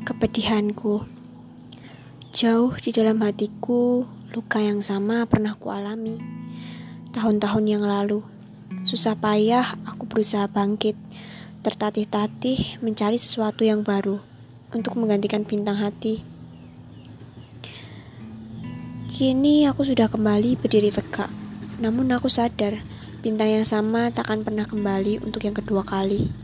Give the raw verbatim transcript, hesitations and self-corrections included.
Kepedihanku. Jauh di dalam hatiku, luka yang sama pernah kualami. Tahun-tahun yang lalu, susah payah aku berusaha bangkit, tertatih-tatih mencari sesuatu yang baru untuk menggantikan bintang hati. Kini aku sudah kembali berdiri tegak, namun aku sadar bintang yang sama takkan pernah kembali untuk yang kedua kali.